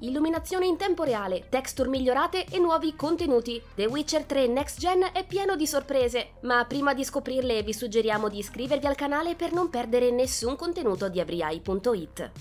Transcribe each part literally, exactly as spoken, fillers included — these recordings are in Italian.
Illuminazione in tempo reale, texture migliorate e nuovi contenuti. The Witcher tre Next Gen è pieno di sorprese, ma prima di scoprirle vi suggeriamo di iscrivervi al canale per non perdere nessun contenuto di Everyeye punto it.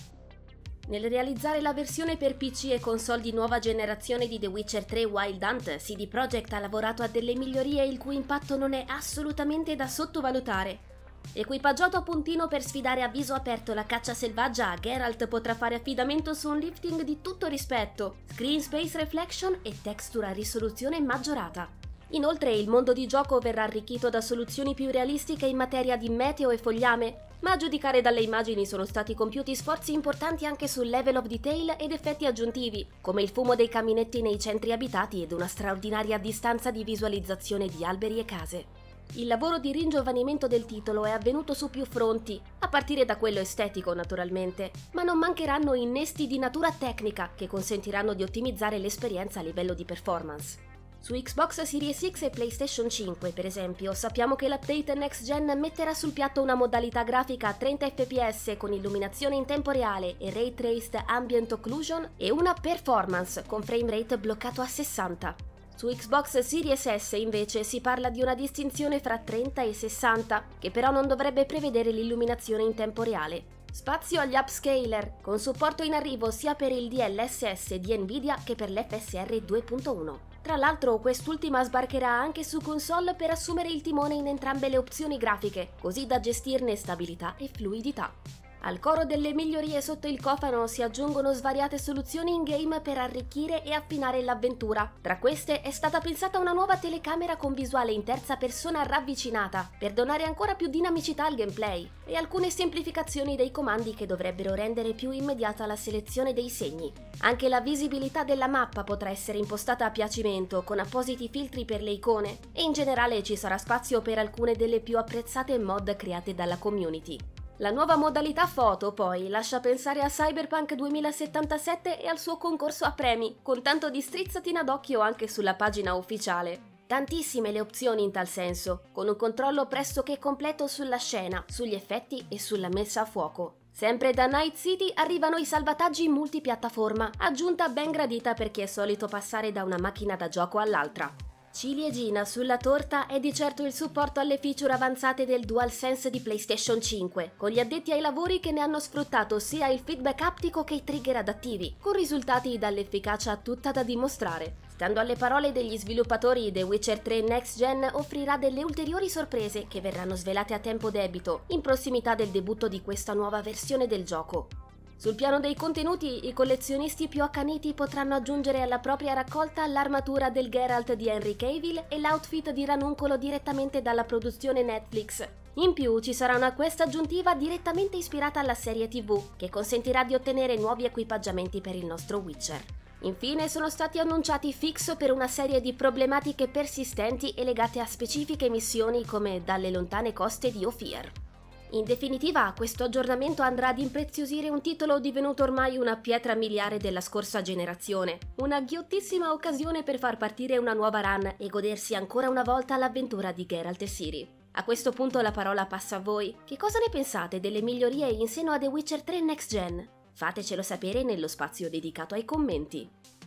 Nel realizzare la versione per P C e console di nuova generazione di The Witcher tre Wild Hunt, C D Projekt ha lavorato a delle migliorie il cui impatto non è assolutamente da sottovalutare. Equipaggiato a puntino per sfidare a viso aperto la caccia selvaggia, Geralt potrà fare affidamento su un lifting di tutto rispetto, screen space reflection e texture a risoluzione maggiorata. Inoltre il mondo di gioco verrà arricchito da soluzioni più realistiche in materia di meteo e fogliame, ma a giudicare dalle immagini sono stati compiuti sforzi importanti anche sul level of detail ed effetti aggiuntivi, come il fumo dei caminetti nei centri abitati ed una straordinaria distanza di visualizzazione di alberi e case. Il lavoro di ringiovanimento del titolo è avvenuto su più fronti, a partire da quello estetico naturalmente, ma non mancheranno innesti di natura tecnica che consentiranno di ottimizzare l'esperienza a livello di performance. Su Xbox Series X e PlayStation cinque, per esempio, sappiamo che l'update Next Gen metterà sul piatto una modalità grafica a trenta effe pi esse con illuminazione in tempo reale e Ray Traced Ambient Occlusion e una performance con frame rate bloccato a sessanta. Su Xbox Series S invece si parla di una distinzione fra trenta e sessanta, che però non dovrebbe prevedere l'illuminazione in tempo reale. Spazio agli upscaler, con supporto in arrivo sia per il D L S S di Nvidia che per l'F S R due punto uno. Tra l'altro quest'ultima sbarcherà anche su console per assumere il timone in entrambe le opzioni grafiche, così da gestirne stabilità e fluidità. Al coro delle migliorie sotto il cofano si aggiungono svariate soluzioni in-game per arricchire e affinare l'avventura. Tra queste è stata pensata una nuova telecamera con visuale in terza persona ravvicinata, per donare ancora più dinamicità al gameplay, e alcune semplificazioni dei comandi che dovrebbero rendere più immediata la selezione dei segni. Anche la visibilità della mappa potrà essere impostata a piacimento, con appositi filtri per le icone, e in generale ci sarà spazio per alcune delle più apprezzate mod create dalla community. La nuova modalità foto, poi, lascia pensare a Cyberpunk duemilasettantasette e al suo concorso a premi, con tanto di strizzatina d'occhio anche sulla pagina ufficiale. Tantissime le opzioni in tal senso, con un controllo pressoché completo sulla scena, sugli effetti e sulla messa a fuoco. Sempre da Night City arrivano i salvataggi multipiattaforma, aggiunta ben gradita per chi è solito passare da una macchina da gioco all'altra. Ciliegina sulla torta è di certo il supporto alle feature avanzate del DualSense di PlayStation cinque, con gli addetti ai lavori che ne hanno sfruttato sia il feedback aptico che i trigger adattivi, con risultati dall'efficacia tutta da dimostrare. Stando alle parole degli sviluppatori, The Witcher tre Next Gen offrirà delle ulteriori sorprese che verranno svelate a tempo debito, in prossimità del debutto di questa nuova versione del gioco. Sul piano dei contenuti, i collezionisti più accaniti potranno aggiungere alla propria raccolta l'armatura del Geralt di Henry Cavill e l'outfit di Ranuncolo direttamente dalla produzione Netflix. In più ci sarà una quest aggiuntiva direttamente ispirata alla serie tivù, che consentirà di ottenere nuovi equipaggiamenti per il nostro Witcher. Infine sono stati annunciati fix per una serie di problematiche persistenti e legate a specifiche missioni come dalle lontane coste di Ophir. In definitiva, questo aggiornamento andrà ad impreziosire un titolo divenuto ormai una pietra miliare della scorsa generazione, una ghiottissima occasione per far partire una nuova run e godersi ancora una volta l'avventura di Geralt e Ciri. A questo punto la parola passa a voi. Che cosa ne pensate delle migliorie in seno a The Witcher tre Next Gen? Fatecelo sapere nello spazio dedicato ai commenti.